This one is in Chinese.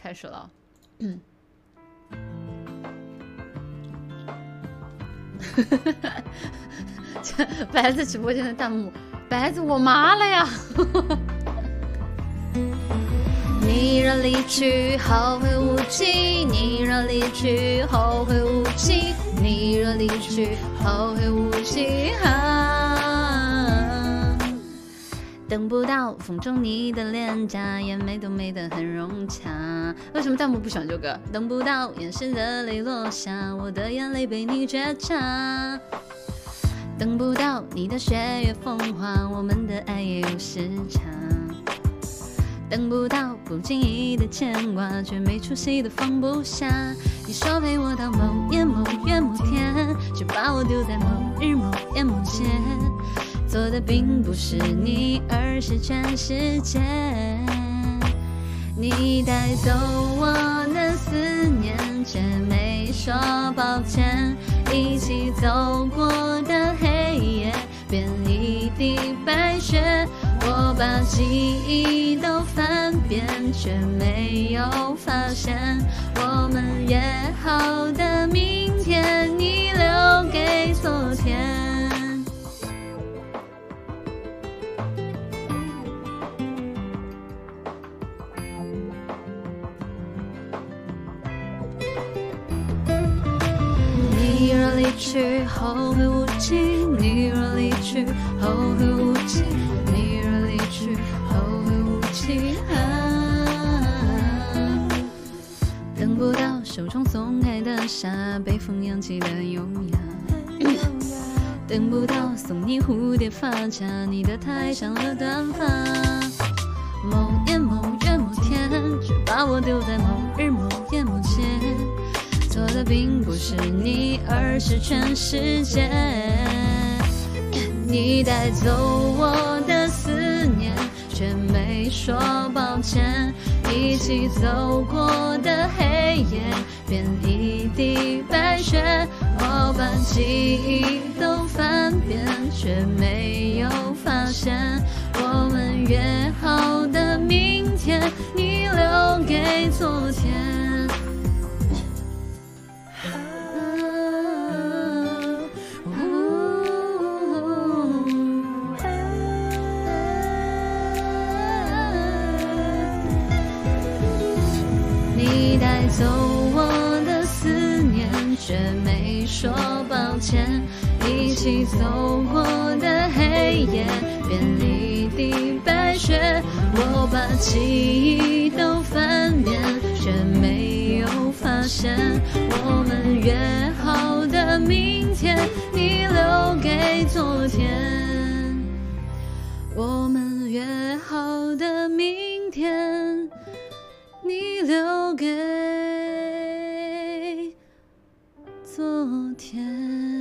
开始了。白子直播间的弹幕，白子我麻了呀！你若离去，后会无期；你若离去，后会无期；你若离去，后会无期。等不到风中你的脸颊，眼眉都美得很融洽。为什么弹幕不喜欢这个？等不到眼神的泪落下，我的眼泪被你觉察。等不到你的雪月风花，我们的爱也有时差。等不到不经意的牵挂，却没出息的放不下。你说陪我到某年某月某天，却把我丢在某日某夜某间。错的并不是你，而是全世界。你带走我的思念，却没说抱歉。一起走过的黑夜，变一地白雪。我把记忆都翻遍，却没有发现我们约好的明天，你留给昨天。你若离去，后会无期；你若离去，后会无期；你若离去，后会无期。等不到手中松开的沙，被风扬起的优雅。等不到送你蝴蝶发卡，你的太长了短发。某年某月某天，却把我丢在某日某夜某间。错的并不是你，而是全世界。你带走我的思念，却没说抱歉。一起走过的黑夜，变一地白雪。我把记忆都翻遍，却没有发现我们约好的明天，你留给昨天。你带走我的思念，却没说抱歉。一起走过的黑夜，变一地白雪。我把记忆都翻遍，却没有发现我们约好的明天，你留给昨天。我们约好的明天，你留给昨天。